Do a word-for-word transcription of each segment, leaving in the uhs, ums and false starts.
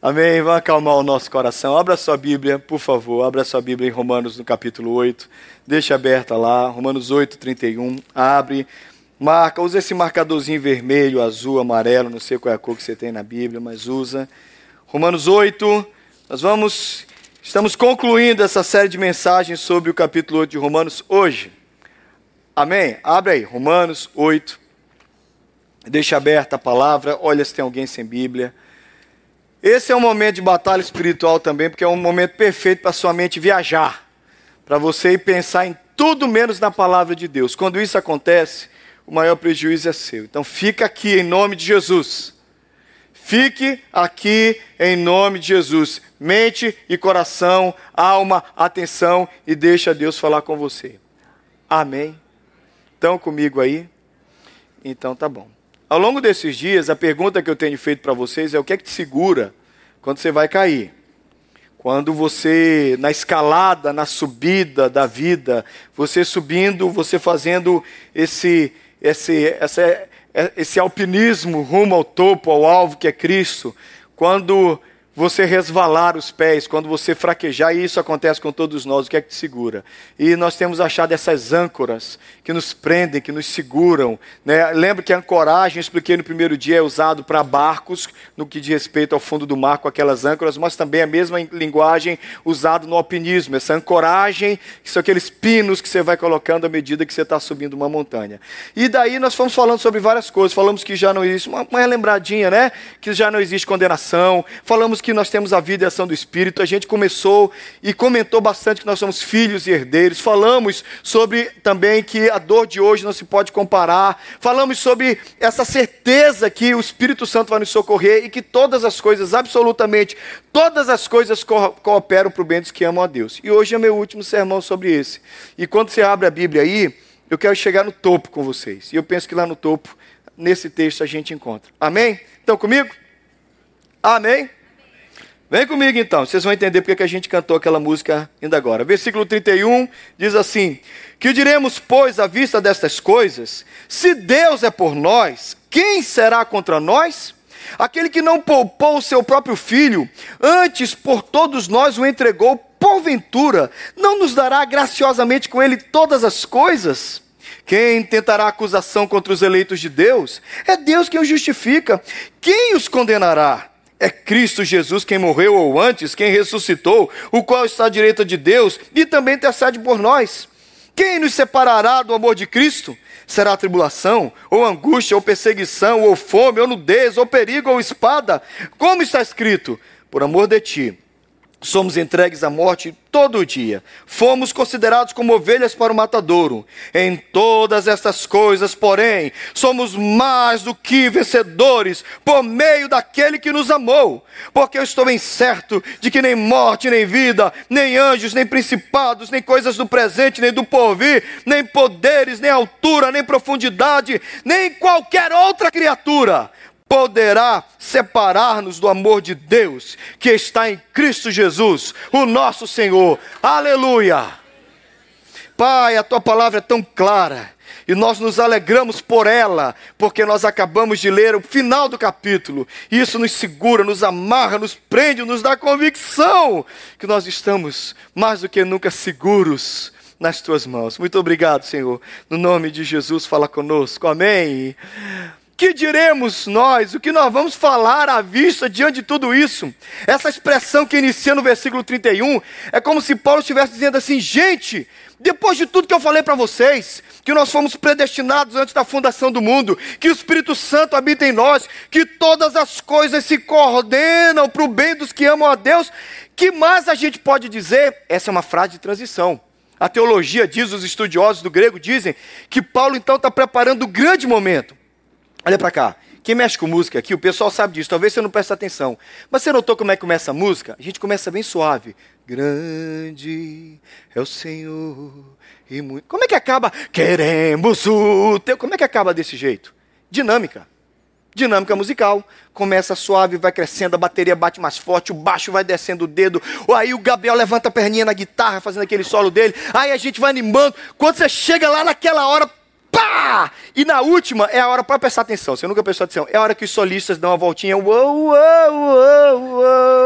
Amém? Vamos acalmar o nosso coração. Abra sua Bíblia, por favor. Abra sua Bíblia em Romanos, no capítulo oito. Deixa aberta lá. Romanos oito, trinta e um. Abre. Marca. Usa esse marcadorzinho vermelho, azul, amarelo. Não sei qual é a cor que você tem na Bíblia, mas usa. Romanos oito. Nós vamos... Estamos concluindo essa série de mensagens sobre o capítulo oito de Romanos hoje. Amém? Abre aí. Romanos oito. Deixa aberta a palavra. Olha se tem alguém sem Bíblia. Esse é um momento de batalha espiritual também, porque é um momento perfeito para sua mente viajar, para você ir pensar em tudo menos na palavra de Deus. Quando isso acontece, o maior prejuízo é seu. Então fica aqui em nome de Jesus. Fique aqui em nome de Jesus. Mente e coração, alma, atenção e deixa Deus falar com você. Amém? Estão comigo aí? Então tá bom. Ao longo desses dias, a pergunta que eu tenho feito para vocês é o que é que te segura quando você vai cair? Quando você, na escalada, na subida da vida, você subindo, você fazendo esse, esse, esse, esse alpinismo rumo ao topo, ao alvo que é Cristo, quando você resvalar os pés, quando você fraquejar, e isso acontece com todos nós, o que é que te segura? E nós temos achado essas âncoras que nos prendem, que nos seguram, né? Lembra que a ancoragem, eu expliquei no primeiro dia, é usado para barcos, no que diz respeito ao fundo do mar com aquelas âncoras, mas também a mesma linguagem usada no alpinismo, essa ancoragem, que são aqueles pinos que você vai colocando à medida que você está subindo uma montanha. E daí nós fomos falando sobre várias coisas, falamos que já não existe, uma, uma relembradinha, né? Que já não existe condenação, falamos que nós temos a vida e a ação do Espírito, a gente começou e comentou bastante que nós somos filhos e herdeiros, falamos sobre também que a dor de hoje não se pode comparar, falamos sobre essa certeza que o Espírito Santo vai nos socorrer e que todas as coisas, absolutamente todas as coisas co- cooperam para o bem dos que amam a Deus. E hoje é meu último sermão sobre esse. E quando você abre a Bíblia aí, eu quero chegar no topo com vocês. E eu penso que lá no topo, nesse texto a gente encontra. Amém? Estão comigo? Amém? Vem comigo então, vocês vão entender porque que a gente cantou aquela música ainda agora. Versículo trinta e um diz assim: que diremos, pois, à vista destas coisas? Se Deus é por nós, quem será contra nós? Aquele que não poupou o seu próprio filho, antes por todos nós o entregou, porventura, não nos dará graciosamente com ele todas as coisas? Quem tentará acusação contra os eleitos de Deus? É Deus quem os justifica. Quem os condenará? É Cristo Jesus quem morreu, ou antes, quem ressuscitou, o qual está à direita de Deus e também intercede por nós. Quem nos separará do amor de Cristo? Será tribulação, ou angústia, ou perseguição, ou fome, ou nudez, ou perigo, ou espada? Como está escrito? Por amor de ti, somos entregues à morte todo dia. Fomos considerados como ovelhas para o matadouro. Em todas estas coisas, porém, somos mais do que vencedores por meio daquele que nos amou. Porque eu estou bem certo de que nem morte, nem vida, nem anjos, nem principados, nem coisas do presente, nem do porvir, nem poderes, nem altura, nem profundidade, nem qualquer outra criatura poderá separar-nos do amor de Deus, que está em Cristo Jesus, o nosso Senhor. Aleluia! Pai, a Tua palavra é tão clara, e nós nos alegramos por ela, porque nós acabamos de ler o final do capítulo, e isso nos segura, nos amarra, nos prende, nos dá convicção, que nós estamos mais do que nunca seguros nas Tuas mãos. Muito obrigado, Senhor. No nome de Jesus, fala conosco. Amém. Que diremos nós? O que nós vamos falar à vista diante de tudo isso? Essa expressão que inicia no versículo trinta e um é como se Paulo estivesse dizendo assim: gente, depois de tudo que eu falei para vocês, que nós fomos predestinados antes da fundação do mundo, que o Espírito Santo habita em nós, que todas as coisas se coordenam para o bem dos que amam a Deus, que mais a gente pode dizer? Essa é uma frase de transição. A teologia diz, os estudiosos do grego dizem, que Paulo então está preparando o grande momento. Olha para cá, quem mexe com música aqui, o pessoal sabe disso, talvez você não preste atenção. Mas você notou como é que começa a música? A gente começa bem suave. Grande é o Senhor e muito... Como é que acaba? Queremos o teu... Como é que acaba desse jeito? Dinâmica. Dinâmica musical. Começa suave, vai crescendo, a bateria bate mais forte, o baixo vai descendo o dedo. Aí o Gabriel levanta a perninha na guitarra, fazendo aquele solo dele. Aí a gente vai animando. Quando você chega lá naquela hora... Pá! E na última é a hora para prestar atenção. Você nunca prestou atenção. É a hora que os solistas dão uma voltinha. Uou, uou, uou, uou.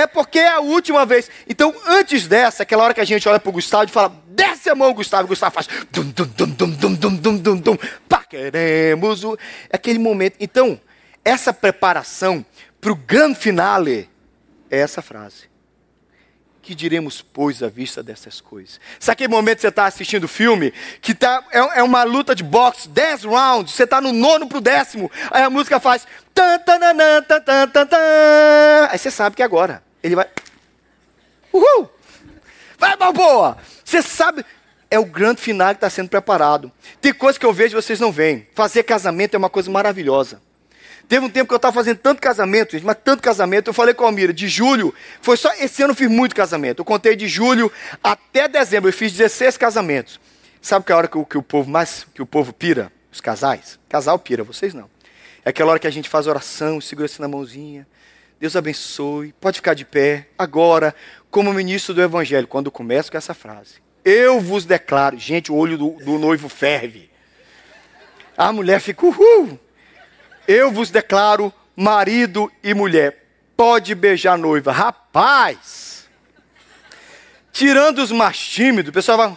É porque é a última vez. Então, antes dessa, aquela hora que a gente olha pro Gustavo e fala, desce a mão, Gustavo. O Gustavo faz, dum, dum, dum, dum, dum, dum, dum, dum, dum. Pá, queremos o... Aquele momento. Então, essa preparação pro grande finale é essa frase. Que diremos, pois, à vista dessas coisas? Sabe aquele momento que você está assistindo o filme, que tá, é, é uma luta de boxe, dez rounds, você está no nono pro décimo, aí a música faz... Tan, tan, tan, tan, tan, tan, tan. Aí você sabe que agora ele vai... Uhul! Vai, Balboa! Você sabe... É o grande final que está sendo preparado. Tem coisa que eu vejo e vocês não veem. Fazer casamento é uma coisa maravilhosa. Teve um tempo que eu estava fazendo tanto casamento, gente, mas tanto casamento. Eu falei com a Almira, de julho, foi só esse ano eu fiz muito casamento. Eu contei de julho até dezembro, eu fiz dezesseis casamentos. Sabe que é a hora que o, que o povo mais, que o povo pira? Os casais? Casal pira, vocês não. É aquela hora que a gente faz oração, segura assim na mãozinha. Deus abençoe, pode ficar de pé. Agora, como ministro do Evangelho, quando começo com essa frase. Eu vos declaro, gente, o olho do, do noivo ferve. A mulher fica, uhul. Eu vos declaro marido e mulher. Pode beijar a noiva. Rapaz! Tirando os mais tímidos, o pessoal vai...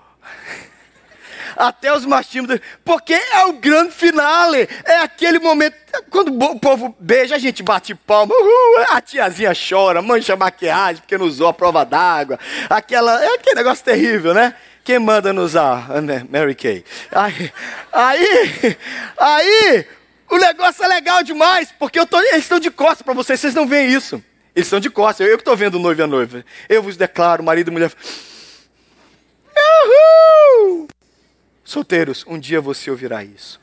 Até os mais tímidos. Porque é o grande finale. É aquele momento... Quando o povo beija, a gente bate palma. Uhul, a tiazinha chora, mancha a maquiagem, porque não usou a prova d'água. Aquela... É aquele negócio terrível, né? Quem manda não usar? Mary Kay. Aí... Aí... Aí... O negócio é legal demais, porque eu tô, eles estão de costas para vocês, vocês não veem isso. Eles estão de costas, eu, eu que estou vendo o noivo e a noiva. Eu vos declaro, marido e mulher. Uhul! Solteiros, um dia você ouvirá isso.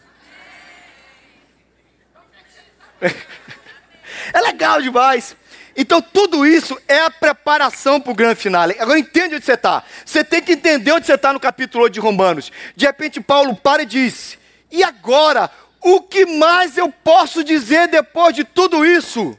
É legal demais. Então tudo isso é a preparação para o grande finale. Agora entende onde você está. Você tem que entender onde você está no capítulo oito de Romanos. De repente Paulo para e diz, e agora... O que mais eu posso dizer depois de tudo isso?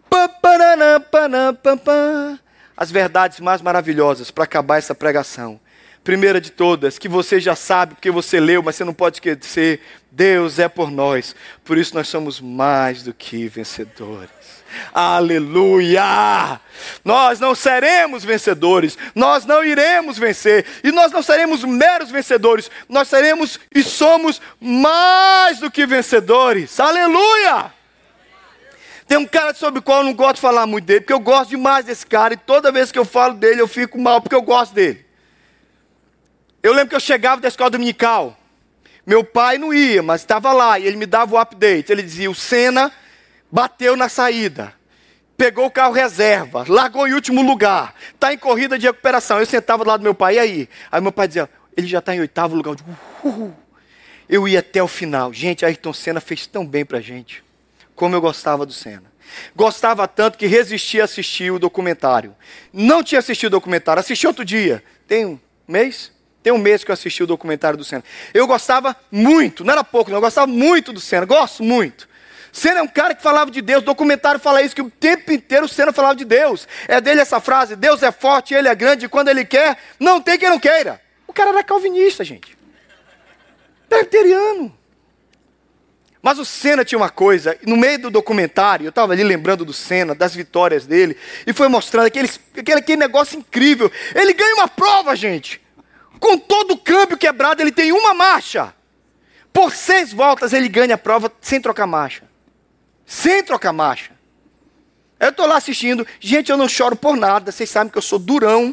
As verdades mais maravilhosas para acabar essa pregação. Primeira de todas, que você já sabe, porque você leu, mas você não pode esquecer. Deus é por nós, por isso nós somos mais do que vencedores. Aleluia! Nós não seremos vencedores, nós não iremos vencer, e nós não seremos meros vencedores, nós seremos e somos mais do que vencedores. Aleluia! Tem um cara sobre o qual eu não gosto de falar muito dele, porque eu gosto demais desse cara, e toda vez que eu falo dele eu fico mal, porque eu gosto dele. Eu lembro que eu chegava da escola dominical, meu pai não ia, mas estava lá, e ele me dava o update, ele dizia, o Senna bateu na saída, pegou o carro reserva, largou em último lugar, está em corrida de recuperação. Eu sentava do lado do meu pai, e aí? Aí meu pai dizia, ele já está em oitavo lugar. Eu digo, uhul. Eu ia até o final. Gente, Ayrton Senna fez tão bem pra gente, como eu gostava do Senna. Gostava tanto que resisti a assistir o documentário. Não tinha assistido o documentário, assisti outro dia. Tem um mês? Tem um mês que eu assisti o documentário do Senna. Eu gostava muito, não era pouco, não, eu gostava muito do Senna, gosto muito. Senna é um cara que falava de Deus, o documentário fala isso, que o tempo inteiro o Senna falava de Deus. É dele essa frase, Deus é forte, Ele é grande, e quando Ele quer, não tem quem não queira. O cara era calvinista, gente. Presbiteriano. Mas o Senna tinha uma coisa, no meio do documentário, eu estava ali lembrando do Senna, das vitórias dele, e foi mostrando aquele, aquele, aquele negócio incrível. Ele ganha uma prova, gente. Com todo o câmbio quebrado, ele tem uma marcha. Por seis voltas, ele ganha a prova sem trocar marcha. Sem trocar marcha. Eu estou lá assistindo. Gente, eu não choro por nada. Vocês sabem que eu sou durão.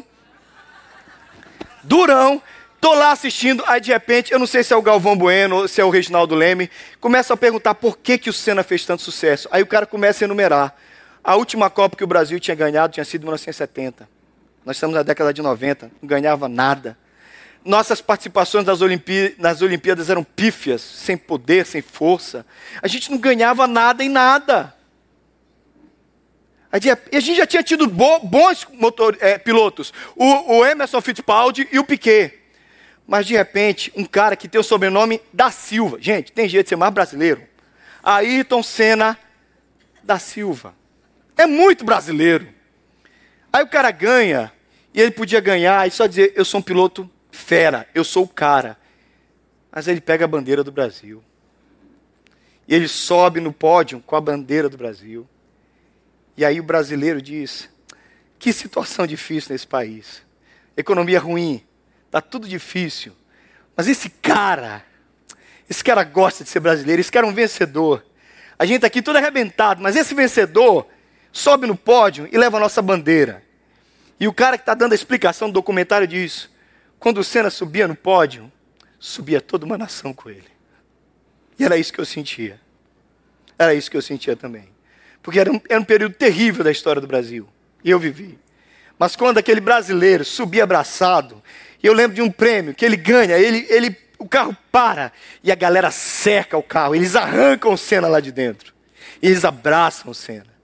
Durão. Estou lá assistindo. Aí, de repente, eu não sei se é o Galvão Bueno ou se é o Reginaldo Leme. Começa a perguntar por que, que o Senna fez tanto sucesso. Aí o cara começa a enumerar. A última Copa que o Brasil tinha ganhado tinha sido em mil novecentos e setenta. Nós estamos na década de noventa. Não ganhava nada. Nossas participações nas, Olimpí- nas Olimpíadas eram pífias, sem poder, sem força. A gente não ganhava nada em nada. A gente já tinha tido bo- bons motor, é, pilotos. O, o Emerson Fittipaldi e o Piquet. Mas, de repente, um cara que tem o sobrenome da Silva. Gente, tem jeito de ser mais brasileiro. Ayrton Senna da Silva. É muito brasileiro. Aí o cara ganha, e ele podia ganhar e só dizer, eu sou um piloto fera, eu sou o cara. Mas ele pega a bandeira do Brasil. E ele sobe no pódio com a bandeira do Brasil. E aí o brasileiro diz, Que situação difícil nesse país. Economia ruim, está tudo difícil. Mas esse cara, esse cara gosta de ser brasileiro, esse cara é um vencedor. A gente está aqui todo arrebentado, mas esse vencedor sobe no pódio e leva a nossa bandeira. E o cara que está dando a explicação do documentário diz, quando o Senna subia no pódio, subia toda uma nação com ele. E era isso que eu sentia. Era isso que eu sentia também. Porque era um, era um período terrível da história do Brasil. E eu vivi. Mas quando aquele brasileiro subia abraçado, eu lembro de um prêmio que ele ganha, ele, ele, o carro para e a galera cerca o carro. Eles arrancam o Senna lá de dentro. E eles abraçam o Senna.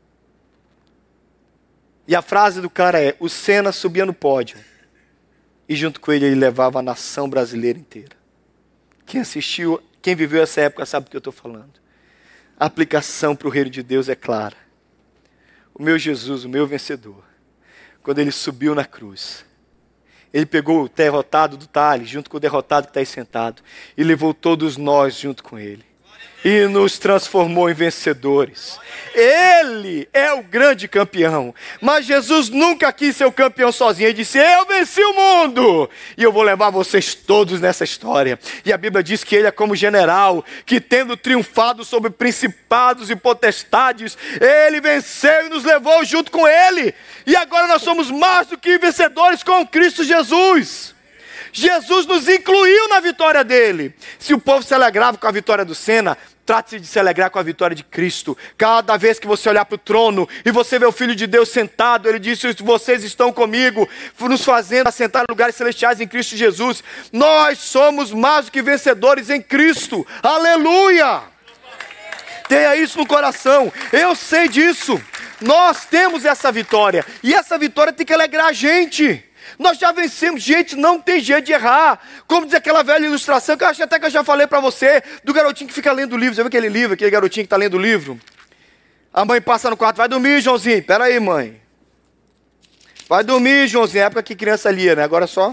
E a frase do cara é, o Senna subia no pódio. E junto com ele, ele levava a nação brasileira inteira. Quem assistiu, quem viveu essa época sabe do que eu estou falando. A aplicação para o reino de Deus é clara. O meu Jesus, o meu vencedor, quando ele subiu na cruz, ele pegou o derrotado do Thales, junto com o derrotado que está aí sentado, e levou todos nós junto com ele. E nos transformou em vencedores. Ele é o grande campeão. Mas Jesus nunca quis ser o campeão sozinho. Ele disse, eu venci o mundo. E eu vou levar vocês todos nessa história. E a Bíblia diz que ele é como general, que tendo triunfado sobre principados e potestades, ele venceu e nos levou junto com ele. E agora nós somos mais do que vencedores com Cristo Jesus. Jesus nos incluiu na vitória dele. Se o povo se alegrava com a vitória do Senna, trate-se de se alegrar com a vitória de Cristo. Cada vez que você olhar para o trono e você vê o Filho de Deus sentado, ele disse, vocês estão comigo, nos fazendo assentar em lugares celestiais em Cristo Jesus. Nós somos mais do que vencedores em Cristo. Aleluia! Tenha isso no coração. Eu sei disso. Nós temos essa vitória. E essa vitória tem que alegrar a gente. Nós já vencemos, gente, não tem jeito de errar. Como diz aquela velha ilustração, que eu acho até que eu já falei para você, do garotinho que fica lendo o livro. Você viu aquele livro, aquele garotinho que está lendo o livro? A mãe passa no quarto, vai dormir, Joãozinho. Pera aí, mãe. Vai dormir, Joãozinho. É época que criança lia, né? Agora só.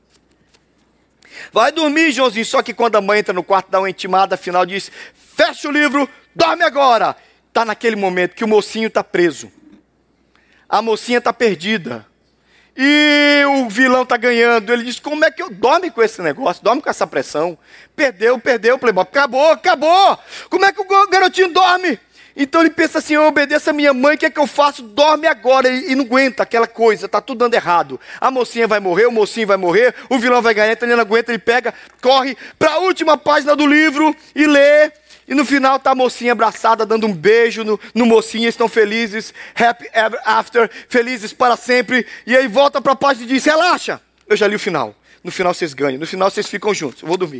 Vai dormir, Joãozinho. Só que quando a mãe entra no quarto, dá uma intimada final, diz, fecha o livro, dorme agora. Está naquele momento que o mocinho está preso. A mocinha está perdida. E o vilão está ganhando. Ele diz, como é que eu dorme com esse negócio? Dorme com essa pressão. Perdeu, perdeu, Playboy. Acabou, acabou. Como é que o garotinho dorme? Então ele pensa assim, eu obedeço a minha mãe, o que é que eu faço? Dorme agora. E, e não aguenta aquela coisa, está tudo dando errado. A mocinha vai morrer, o mocinho vai morrer, o vilão vai ganhar, então ele não aguenta, ele pega, corre para a última página do livro e lê. E no final está a mocinha abraçada, dando um beijo no, no mocinho, estão felizes, happy ever after, felizes para sempre. E aí volta para a página e diz, relaxa, eu já li o final. No final vocês ganham, no final vocês ficam juntos, eu vou dormir.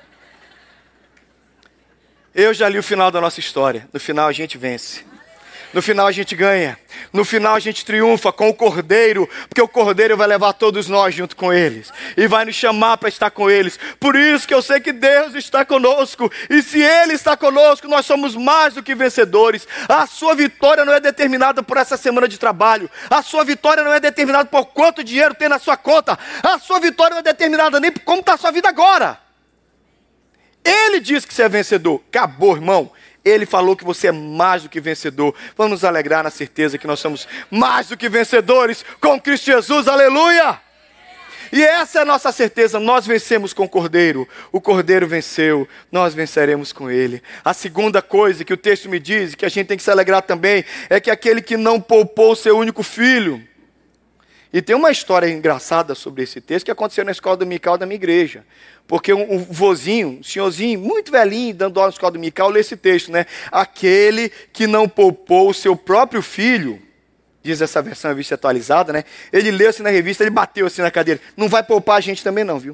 Eu já li o final da nossa história, no final a gente vence. No final a gente ganha. No final a gente triunfa com o Cordeiro, porque o Cordeiro vai levar todos nós junto com eles. E vai nos chamar para estar com eles. Por isso que eu sei que Deus está conosco. E se Ele está conosco, nós somos mais do que vencedores. A sua vitória não é determinada por essa semana de trabalho. A sua vitória não é determinada por quanto dinheiro tem na sua conta. A sua vitória não é determinada nem por como está a sua vida agora. Ele diz que você é vencedor. Acabou, irmão. Ele falou que você é mais do que vencedor. Vamos nos alegrar na certeza que nós somos mais do que vencedores com Cristo Jesus, aleluia! E essa é a nossa certeza, nós vencemos com o Cordeiro. O Cordeiro venceu, nós venceremos com Ele. A segunda coisa que o texto me diz, que a gente tem que se alegrar também, é que aquele que não poupou o seu único filho. E tem uma história engraçada sobre esse texto que aconteceu na escola dominical da minha igreja. Porque um, um vozinho, um senhorzinho, muito velhinho, dando aula na escola dominical, lê esse texto, né? Aquele que não poupou o seu próprio filho, diz essa versão, revista atualizada, né? Ele leu assim na revista, ele bateu assim na cadeira. Não vai poupar a gente também não, viu?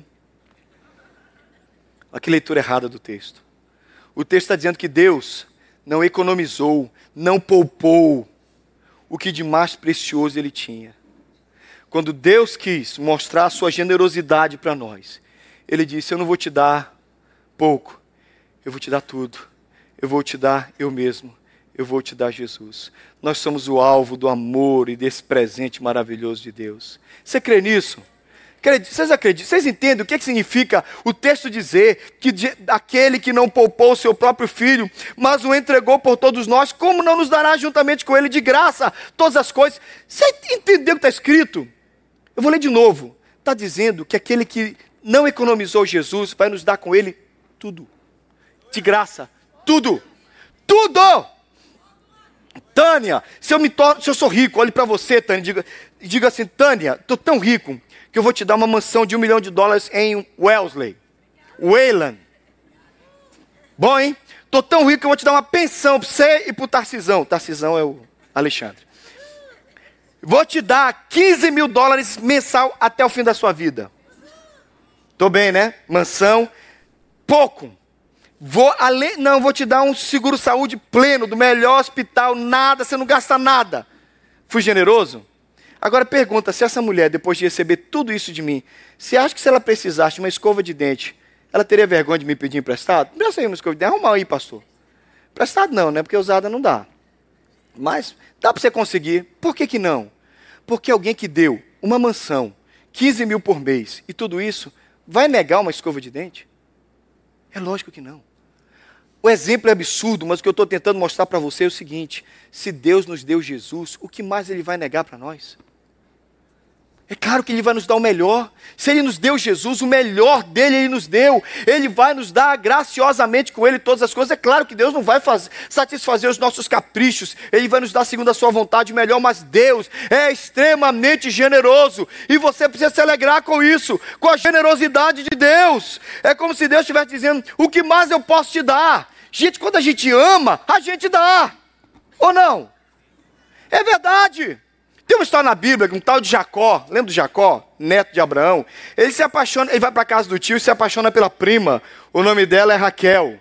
Olha que leitura errada do texto. O texto está dizendo que Deus não economizou, não poupou o que de mais precioso Ele tinha. Quando Deus quis mostrar a sua generosidade para nós, Ele disse, eu não vou te dar pouco, eu vou te dar tudo. Eu vou te dar eu mesmo, eu vou te dar Jesus. Nós somos o alvo do amor e desse presente maravilhoso de Deus. Você crê nisso? Vocês acreditam? Vocês entendem o que, que significa o texto dizer que de, aquele que não poupou o seu próprio filho, mas o entregou por todos nós, como não nos dará juntamente com ele de graça todas as coisas? Você entendeu o que está escrito? Eu vou ler de novo. Está dizendo que aquele que não economizou Jesus vai nos dar com ele tudo. De graça. Tudo. Tudo! Tânia, se eu, me torno, se eu sou rico, olhe para você, Tânia, diga, diga assim, Tânia, estou tão rico que eu vou te dar uma mansão de um milhão de dólares em Wellesley, Wayland. Bom, hein? Estou tão rico que eu vou te dar uma pensão para você e para o Tarcisão. Tarcisão é o Alexandre. Vou te dar quinze mil dólares mensal até o fim da sua vida. Estou bem, né? Mansão, pouco. Vou além, não, vou te dar um seguro-saúde pleno, do melhor hospital, nada, você não gasta nada. Fui generoso? Agora pergunta, se essa mulher, depois de receber tudo isso de mim, você acha que se ela precisasse de uma escova de dente, ela teria vergonha de me pedir emprestado? Não sei, uma escova de dente, arruma aí, pastor. Emprestado não, né? Porque usada não dá. Mas dá para você conseguir. Por que que não? Porque alguém que deu uma mansão, quinze mil por mês, e tudo isso, vai negar uma escova de dente? É lógico que não. O exemplo é absurdo, mas o que eu estou tentando mostrar para você é o seguinte: se Deus nos deu Jesus, o que mais Ele vai negar para nós? É claro que Ele vai nos dar o melhor. Se Ele nos deu Jesus, o melhor dele Ele nos deu. Ele vai nos dar graciosamente com Ele todas as coisas. É claro que Deus não vai fazer, satisfazer os nossos caprichos. Ele vai nos dar segundo a sua vontade o melhor. Mas Deus é extremamente generoso. E você precisa se alegrar com isso, com a generosidade de Deus. É como se Deus estivesse dizendo, o que mais eu posso te dar? Gente, quando a gente ama, a gente dá. Ou não? É verdade. Tem uma história na Bíblia, um tal de Jacó, lembra do Jacó, neto de Abraão? Ele se apaixona, ele vai para a casa do tio e se apaixona pela prima, o nome dela é Raquel.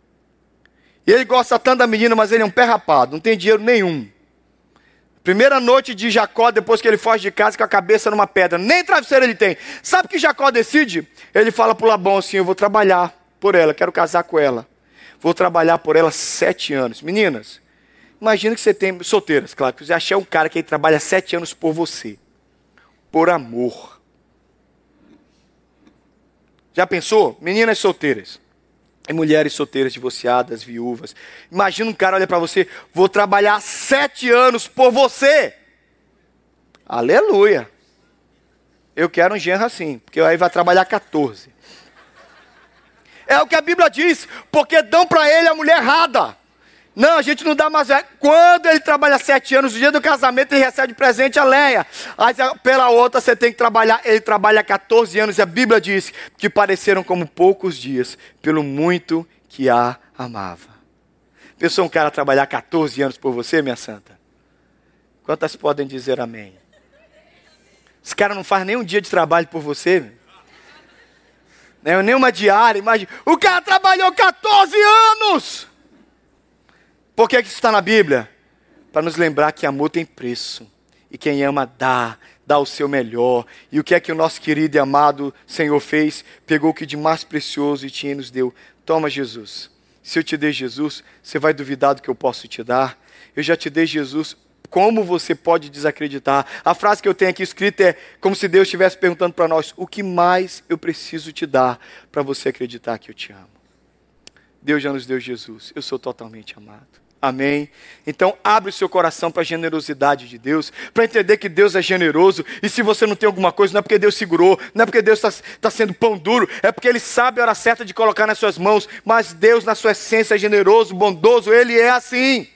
E ele gosta tanto da menina, mas ele é um pé rapado, não tem dinheiro nenhum. Primeira noite de Jacó, depois que ele foge de casa com a cabeça numa pedra, nem travesseiro ele tem. Sabe o que Jacó decide? Ele fala para o Labão assim, eu vou trabalhar por ela, quero casar com ela. Vou trabalhar por ela sete anos. Meninas, imagina que você tem, solteiras, claro, que você achar um cara que trabalha sete anos por você. Por amor. Já pensou? Meninas solteiras. E mulheres solteiras, divorciadas, viúvas. Imagina um cara olha para você, vou trabalhar sete anos por você. Aleluia. Eu quero um genro assim, porque aí vai trabalhar quatorze. É o que a Bíblia diz, porque dão para ele a mulher errada. Não, a gente não dá mais. Quando ele trabalha sete anos, no dia do casamento, ele recebe de presente a Leia. Aí pela outra você tem que trabalhar. Ele trabalha quatorze anos e a Bíblia diz que pareceram como poucos dias, pelo muito que a amava. Pensou um cara trabalhar quatorze anos por você, minha santa? Quantas podem dizer amém? Esse cara não faz nem um dia de trabalho por você, meu. Não, nem uma diária, imagina. O cara trabalhou quatorze anos! Por que que isso está na Bíblia? Para nos lembrar que amor tem preço. E quem ama dá, dá o seu melhor. E o que é que o nosso querido e amado Senhor fez? Pegou o que de mais precioso e tinha e nos deu. Toma Jesus. Se eu te dei Jesus, você vai duvidar do que eu posso te dar? Eu já te dei Jesus. Como você pode desacreditar? A frase que eu tenho aqui escrita é como se Deus estivesse perguntando para nós, o que mais eu preciso te dar para você acreditar que eu te amo? Deus já nos deu Jesus, eu sou totalmente amado. Amém? Então abre o seu coração para a generosidade de Deus, para entender que Deus é generoso, e se você não tem alguma coisa, não é porque Deus segurou, não é porque Deus está tá sendo pão duro, é porque Ele sabe a hora certa de colocar nas suas mãos, mas Deus na sua essência é generoso, bondoso, Ele é assim.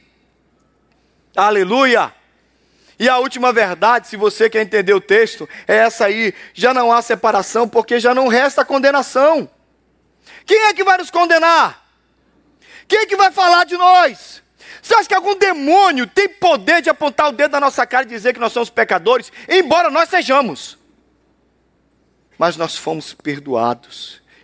Aleluia! E a última verdade, se você quer entender o texto, é essa aí. Já não há separação, porque já não resta condenação. Quem é que vai nos condenar? Quem é que vai falar de nós? Você acha que algum demônio tem poder de apontar o dedo na nossa cara e dizer que nós somos pecadores? Embora nós sejamos. Mas nós fomos perdoados.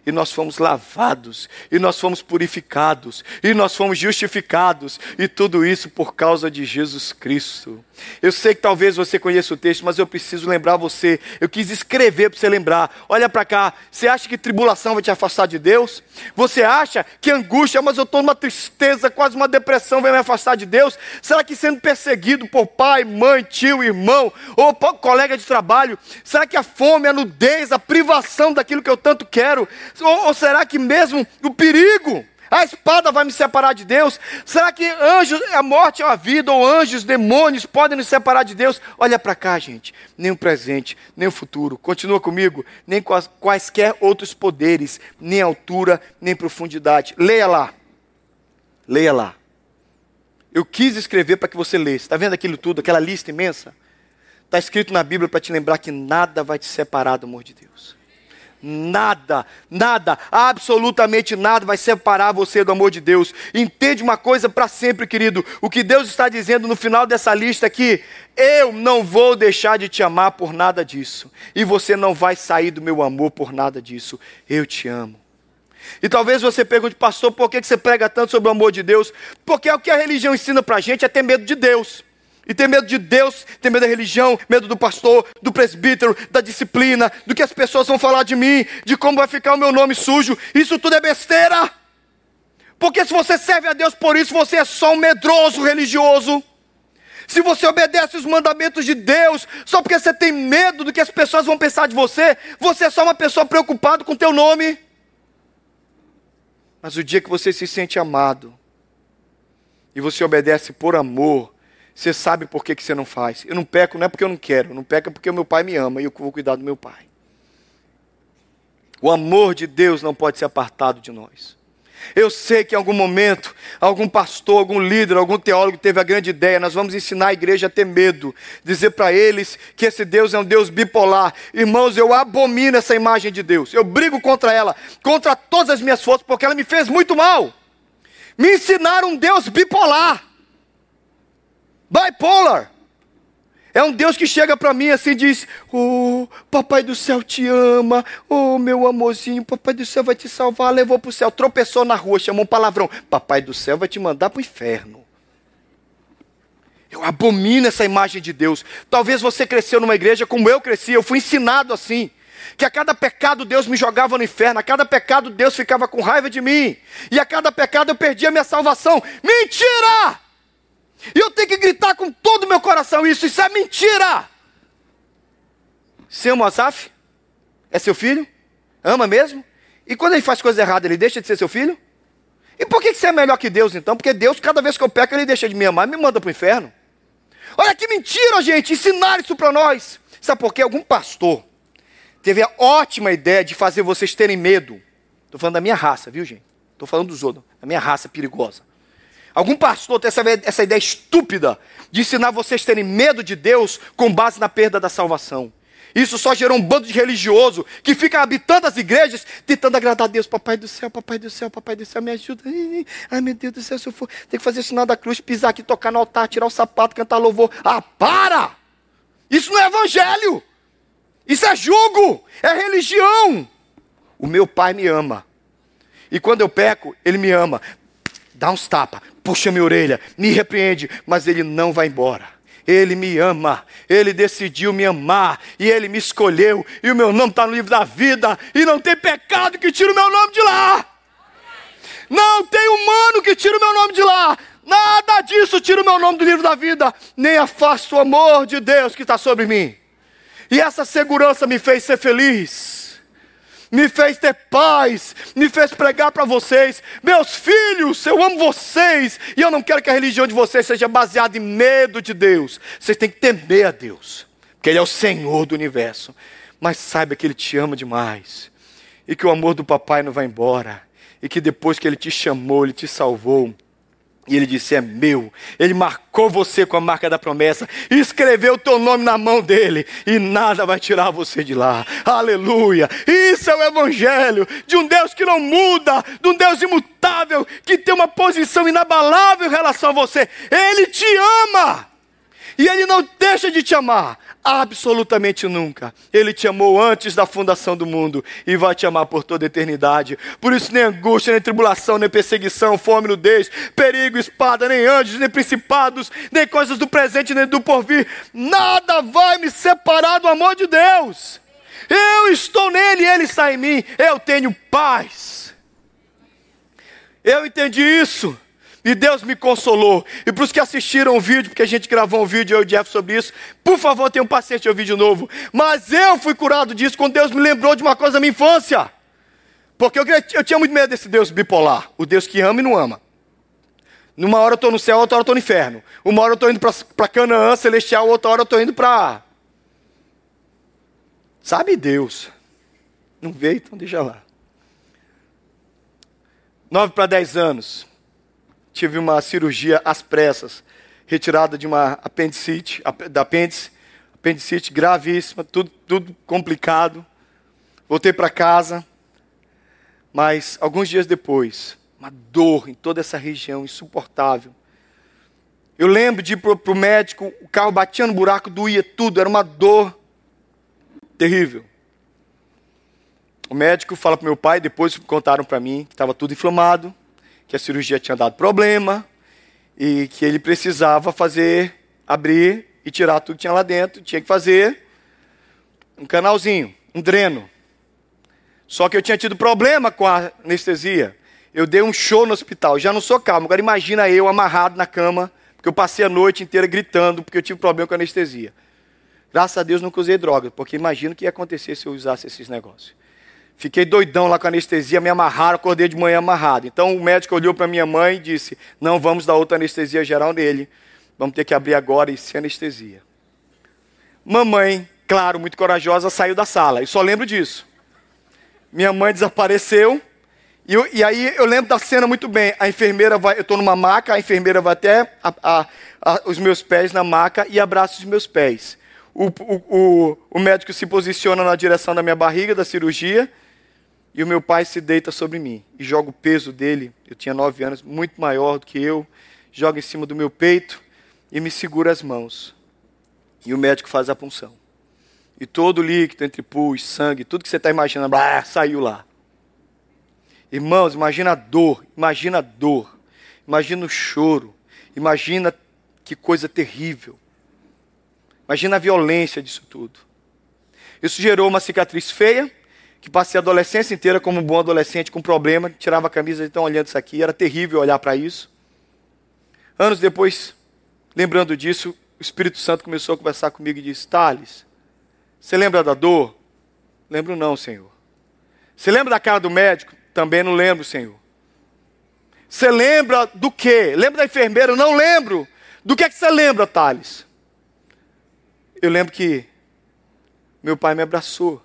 e nós fomos lavados, e nós fomos purificados, e nós fomos justificados, e tudo isso por causa de Jesus Cristo. Eu sei que talvez você conheça o texto, mas eu preciso lembrar você, eu quis escrever para você lembrar. Olha para cá, você acha que tribulação vai te afastar de Deus? Você acha que angústia, mas eu estou numa tristeza, quase uma depressão, vai me afastar de Deus? Será que sendo perseguido por pai, mãe, tio, irmão, ou colega de trabalho, será que a fome, a nudez, a privação daquilo que eu tanto quero, ou, ou será que mesmo o perigo, a espada vai me separar de Deus? Será que anjos, a morte ou a vida, ou anjos, demônios podem nos separar de Deus? Olha para cá, gente, nem o presente, nem o futuro, continua comigo, nem quais, quaisquer outros poderes, nem altura, nem profundidade. Leia lá, leia lá. Eu quis escrever para que você lesse, está vendo aquilo tudo, aquela lista imensa? Está escrito na Bíblia para te lembrar que nada vai te separar do amor de Deus. Nada, nada, absolutamente nada vai separar você do amor de Deus. Entende uma coisa para sempre, querido. O que Deus está dizendo no final dessa lista aqui: eu não vou deixar de te amar por nada disso. E você não vai sair do meu amor por nada disso. Eu te amo. E talvez você pergunte: pastor, por que você prega tanto sobre o amor de Deus? Porque é o que a religião ensina para a gente, é ter medo de Deus. E ter medo de Deus, ter medo da religião, medo do pastor, do presbítero, da disciplina, do que as pessoas vão falar de mim, de como vai ficar o meu nome sujo. Isso tudo é besteira. Porque se você serve a Deus por isso, você é só um medroso religioso. Se você obedece os mandamentos de Deus, só porque você tem medo do que as pessoas vão pensar de você, você é só uma pessoa preocupada com o teu nome. Mas o dia que você se sente amado, e você obedece por amor, você sabe por que, que você não faz. Eu não peco não é porque eu não quero, eu não peco é porque o meu pai me ama e eu vou cuidar do meu pai. O amor de Deus não pode ser apartado de nós. Eu sei que em algum momento, algum pastor, algum líder, algum teólogo teve a grande ideia: nós vamos ensinar a igreja a ter medo, dizer para eles que esse Deus é um Deus bipolar. Irmãos, eu abomino essa imagem de Deus, eu brigo contra ela, contra todas as minhas forças, porque ela me fez muito mal. Me ensinaram um Deus bipolar. Bipolar. É um Deus que chega para mim assim e diz: oh, papai do céu te ama, oh meu amorzinho, papai do céu vai te salvar, levou para o céu, tropeçou na rua, chamou um palavrão, papai do céu vai te mandar para o inferno. Eu abomino essa imagem de Deus. Talvez você cresceu numa igreja como eu cresci, eu fui ensinado assim, que a cada pecado Deus me jogava no inferno, a cada pecado Deus ficava com raiva de mim, e a cada pecado eu perdia a minha salvação. Mentira! E eu tenho que gritar com todo o meu coração isso, isso é mentira. Você ama o Asaf? É seu filho? Ama mesmo? E quando ele faz coisa errada, ele deixa de ser seu filho? E por que você é melhor que Deus então? Porque Deus, cada vez que eu peco, ele deixa de me amar e me manda para o inferno. Olha que mentira, gente, ensinaram isso para nós. Sabe por quê? Algum pastor teve a ótima ideia de fazer vocês terem medo. Estou falando da minha raça, viu, gente? Estou falando dos outros, da minha raça perigosa. Algum pastor tem essa, essa ideia estúpida de ensinar vocês a terem medo de Deus com base na perda da salvação. Isso só gerou um bando de religioso que fica habitando as igrejas, tentando agradar a Deus. Papai do céu, papai do céu, papai do céu, me ajuda. Ai, meu Deus do céu, se eu for, tem que fazer o sinal da cruz, pisar aqui, tocar no altar, tirar o sapato, cantar louvor. Ah, para! Isso não é evangelho. Isso é jugo, é religião. O meu pai me ama. E quando eu peco, ele me ama. Dá uns tapas, puxa minha orelha, me repreende, mas ele não vai embora. Ele me ama, ele decidiu me amar, e ele me escolheu, e o meu nome está no livro da vida, e não tem pecado que tire o meu nome de lá. Não tem humano que tire o meu nome de lá. Nada disso tira o meu nome do livro da vida, nem afasta o amor de Deus que está sobre mim. E essa segurança me fez ser feliz. Me fez ter paz, me fez pregar para vocês: meus filhos, eu amo vocês, e eu não quero que a religião de vocês seja baseada em medo de Deus. Vocês têm que temer a Deus, porque Ele é o Senhor do universo. Mas saiba que Ele te ama demais, e que o amor do papai não vai embora, e que depois que Ele te chamou, Ele te salvou, e Ele disse: é meu. Ele marcou você com a marca da promessa, escreveu o teu nome na mão dele, e nada vai tirar você de lá. Aleluia. Isso é o evangelho de um Deus que não muda, de um Deus imutável, que tem uma posição inabalável em relação a você. Ele te ama, e Ele não deixa de te amar, Absolutamente nunca. Ele te amou antes da fundação do mundo e vai te amar por toda a eternidade. Por isso nem angústia, nem tribulação, nem perseguição, fome, nudez, perigo, espada, nem anjos, nem principados, nem coisas do presente, nem do porvir. Nada vai me separar do amor de Deus. Eu estou nele e ele está em mim. Eu tenho paz. Eu entendi isso. E Deus me consolou. E para os que assistiram o vídeo, porque a gente gravou um vídeo, eu e o Jeff, sobre isso, por favor, tenham paciência de ouvir de novo. Mas eu fui curado disso quando Deus me lembrou de uma coisa da minha infância. Porque eu, eu tinha muito medo desse Deus bipolar. O Deus que ama e não ama. Numa hora eu estou no céu, outra hora eu estou no inferno. Uma hora eu estou indo para Canaã celestial, outra hora eu estou indo para... Sabe Deus. Não veio, então deixa lá. Nove para dez anos. Tive uma cirurgia às pressas, retirada de uma apendicite, da apêndice, apendicite gravíssima, tudo, tudo complicado. Voltei para casa, mas alguns dias depois, uma dor em toda essa região insuportável. Eu lembro de ir para o médico, o carro batia no buraco, doía tudo, era uma dor terrível. O médico fala para meu pai, depois contaram para mim que estava tudo inflamado, que a cirurgia tinha dado problema e que ele precisava fazer, abrir e tirar tudo que tinha lá dentro. Tinha que fazer um canalzinho, um dreno. Só que eu tinha tido problema com a anestesia. Eu dei um show no hospital, já não sou calmo. Agora imagina eu amarrado na cama, porque eu passei a noite inteira gritando, porque eu tive problema com a anestesia. Graças a Deus nunca usei droga, porque imagino o que ia acontecer se eu usasse esses negócios. Fiquei doidão lá com a anestesia, me amarraram, acordei de manhã amarrado. Então o médico olhou para minha mãe e disse, não vamos dar outra anestesia geral nele. Vamos ter que abrir agora e sem anestesia. Mamãe, claro, muito corajosa, saiu da sala. E só lembro disso. Minha mãe desapareceu. E, eu, e aí eu lembro da cena muito bem. A enfermeira vai, eu estou numa maca, a enfermeira vai até a, a, a, os meus pés na maca e abraça os meus pés. O, o, o, o médico se posiciona na direção da minha barriga, da cirurgia. E o meu pai se deita sobre mim e joga o peso dele, eu tinha nove anos, muito maior do que eu, joga em cima do meu peito e me segura as mãos. E o médico faz a punção. E todo o líquido entre pus, sangue, tudo que você está imaginando, blá, saiu lá. Irmãos, imagina a dor, imagina a dor, imagina o choro, imagina que coisa terrível. Imagina a violência disso tudo. Isso gerou uma cicatriz feia, que passei a adolescência inteira como um bom adolescente com problema, tirava a camisa e estão olhando isso aqui, era terrível olhar para isso. Anos depois, lembrando disso, o Espírito Santo começou a conversar comigo e disse, Thales, você lembra da dor? Lembro não, Senhor. Você lembra da cara do médico? Também não lembro, Senhor. Você lembra do quê? Lembra da enfermeira? Não lembro. Do que é que você lembra, Thales? Eu lembro que meu pai me abraçou.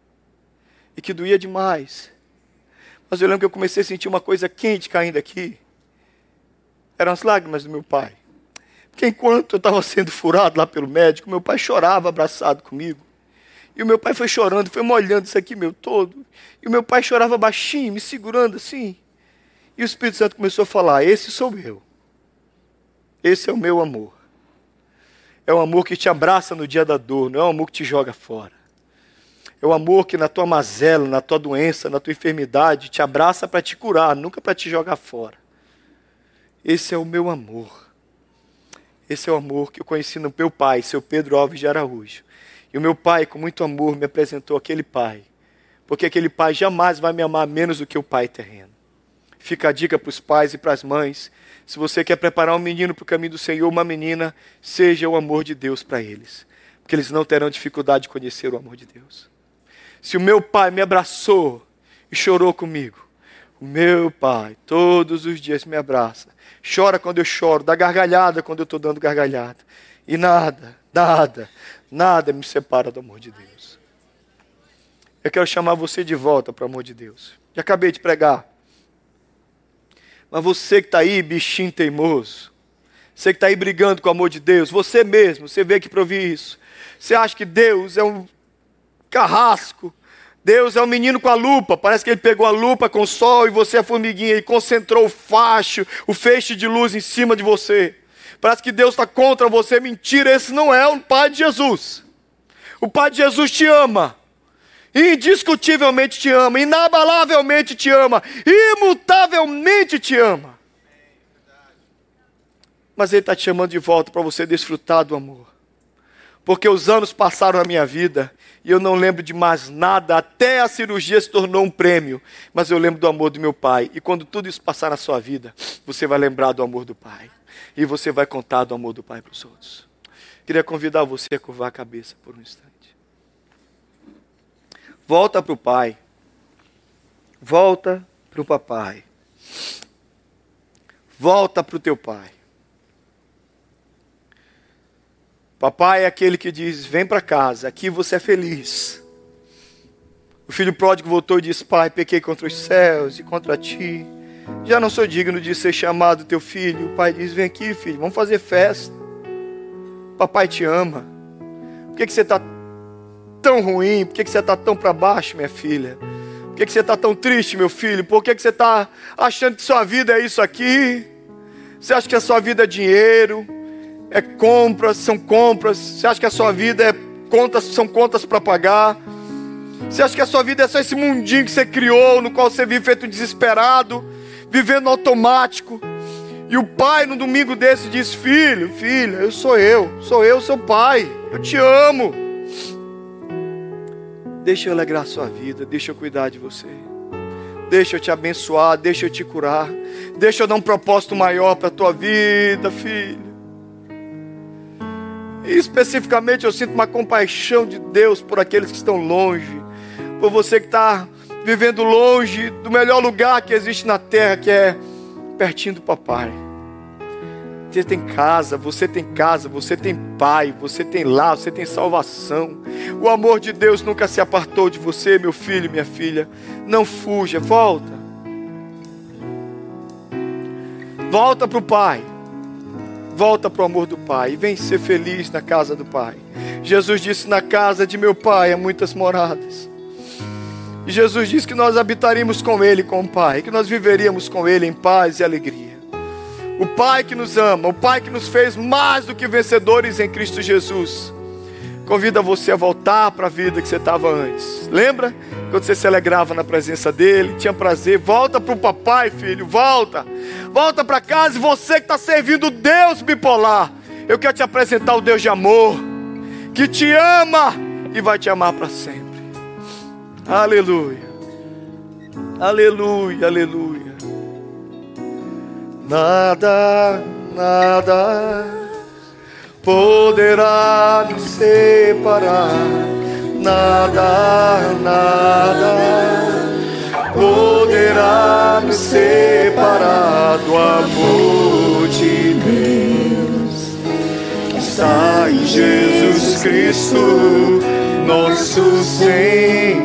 E que doía demais. Mas eu lembro que eu comecei a sentir uma coisa quente caindo aqui. Eram as lágrimas do meu pai. Porque enquanto eu estava sendo furado lá pelo médico, meu pai chorava abraçado comigo. E o meu pai foi chorando, foi molhando isso aqui meu todo. E o meu pai chorava baixinho, me segurando assim. E o Espírito Santo começou a falar, esse sou eu. Esse é o meu amor. É o amor que te abraça no dia da dor, não é o amor que te joga fora. É o amor que na tua mazela, na tua doença, na tua enfermidade, te abraça para te curar, nunca para te jogar fora. Esse é o meu amor. Esse é o amor que eu conheci no meu pai, seu Pedro Alves de Araújo. E o meu pai, com muito amor, me apresentou aquele pai. Porque aquele pai jamais vai me amar menos do que o pai terreno. Fica a dica para os pais e para as mães. Se você quer preparar um menino para o caminho do Senhor, uma menina, seja o amor de Deus para eles. Porque eles não terão dificuldade de conhecer o amor de Deus. Se o meu pai me abraçou e chorou comigo, o meu pai todos os dias me abraça. Chora quando eu choro, dá gargalhada quando eu estou dando gargalhada. E nada, nada, nada me separa do amor de Deus. Eu quero chamar você de volta para o amor de Deus. Já acabei de pregar. Mas você que está aí, bichinho teimoso, você que está aí brigando com o amor de Deus, você mesmo, você veio aqui para ouvir isso. Você acha que Deus é um carrasco? Deus é um menino com a lupa, parece que ele pegou a lupa com o sol e você é a formiguinha e concentrou o facho, o feixe de luz em cima de você. Parece que Deus está contra você, mentira, esse não é o Pai de Jesus. O Pai de Jesus te ama. Indiscutivelmente te ama. Inabalavelmente te ama. Imutavelmente te ama. Mas Ele está te chamando de volta para você desfrutar do amor. Porque os anos passaram na minha vida e eu não lembro de mais nada, até a cirurgia se tornou um prêmio. Mas eu lembro do amor do meu Pai. E quando tudo isso passar na sua vida, você vai lembrar do amor do Pai. E você vai contar do amor do Pai para os outros. Queria convidar você a curvar a cabeça por um instante. Volta para o Pai. Volta para o papai. Volta para o teu Pai. Papai é aquele que diz, vem para casa, aqui você é feliz. O filho pródigo voltou e disse, pai, pequei contra os céus e contra ti. Já não sou digno de ser chamado teu filho. O pai diz, vem aqui filho, vamos fazer festa. Papai te ama. Por que, que você está tão ruim? Por que, que você está tão para baixo, minha filha? Por que, que você está tão triste, meu filho? Por que, que você está achando que sua vida é isso aqui? Você acha que a sua vida é dinheiro? É compras, são compras. Você acha que a sua vida é contas, são contas para pagar? Você acha que a sua vida é só esse mundinho que você criou, no qual você vive feito um desesperado, vivendo automático? E o pai, no domingo desse, diz, filho, filha, eu sou eu, sou eu, seu pai, eu te amo. Deixa eu alegrar a sua vida, deixa eu cuidar de você. Deixa eu te abençoar, deixa eu te curar. Deixa eu dar um propósito maior para a tua vida, filho. E especificamente eu sinto uma compaixão de Deus por aqueles que estão longe. Por você que está vivendo longe do melhor lugar que existe na terra, que é pertinho do papai. Você tem casa, você tem casa, você tem pai, você tem lar, você tem salvação. O amor de Deus nunca se apartou de você, meu filho, minha filha. Não fuja, volta. Volta para o Pai. Volta para o amor do Pai e vem ser feliz na casa do Pai. Jesus disse, na casa de meu Pai há muitas moradas. E Jesus disse que nós habitaríamos com Ele, com o Pai, que nós viveríamos com Ele em paz e alegria. O Pai que nos ama, o Pai que nos fez mais do que vencedores em Cristo Jesus, convida você a voltar para a vida que você estava antes. Lembra? Quando você se alegrava na presença dEle, tinha prazer. Volta para o papai, filho, volta. Volta para casa. E você que está servindo o Deus bipolar, eu quero te apresentar o Deus de amor, que te ama e vai te amar para sempre. Aleluia. Aleluia, aleluia. Nada, nada poderá nos separar. Nada, nada poderá nos separar do amor de Deus que está em Jesus Cristo, nosso Senhor.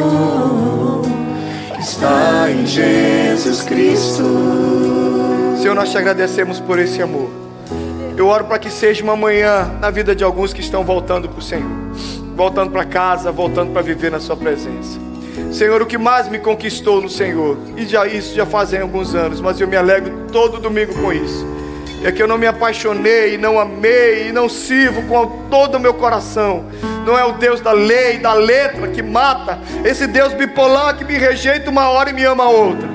Que está em Jesus Cristo. Senhor, nós te agradecemos por esse amor. Eu oro para que seja uma manhã na vida de alguns que estão voltando para o Senhor, voltando para casa, voltando para viver na sua presença. Senhor, o que mais me conquistou no Senhor, e já isso já fazem alguns anos, mas eu me alegro todo domingo com isso, é que eu não me apaixonei, não amei e não sirvo com todo o meu coração. Não é o Deus da lei, da letra que mata, esse Deus bipolar que me rejeita uma hora e me ama outra.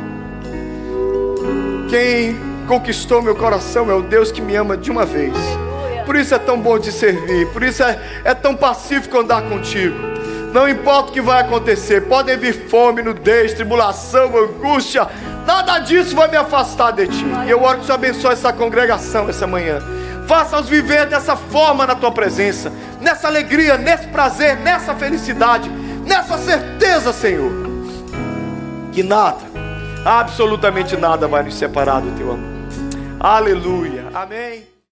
Quem conquistou meu coração é o Deus que me ama de uma vez. Por isso é tão bom te servir, por isso é, é tão pacífico andar contigo. Não importa o que vai acontecer, podem vir fome, nudez, tribulação, angústia, nada disso vai me afastar de ti. E eu oro que o Senhor abençoe essa congregação essa manhã. Faça-os viver dessa forma na tua presença, nessa alegria, nesse prazer, nessa felicidade, nessa certeza, Senhor, que nada, absolutamente nada vai nos separar do teu amor. Aleluia, amém.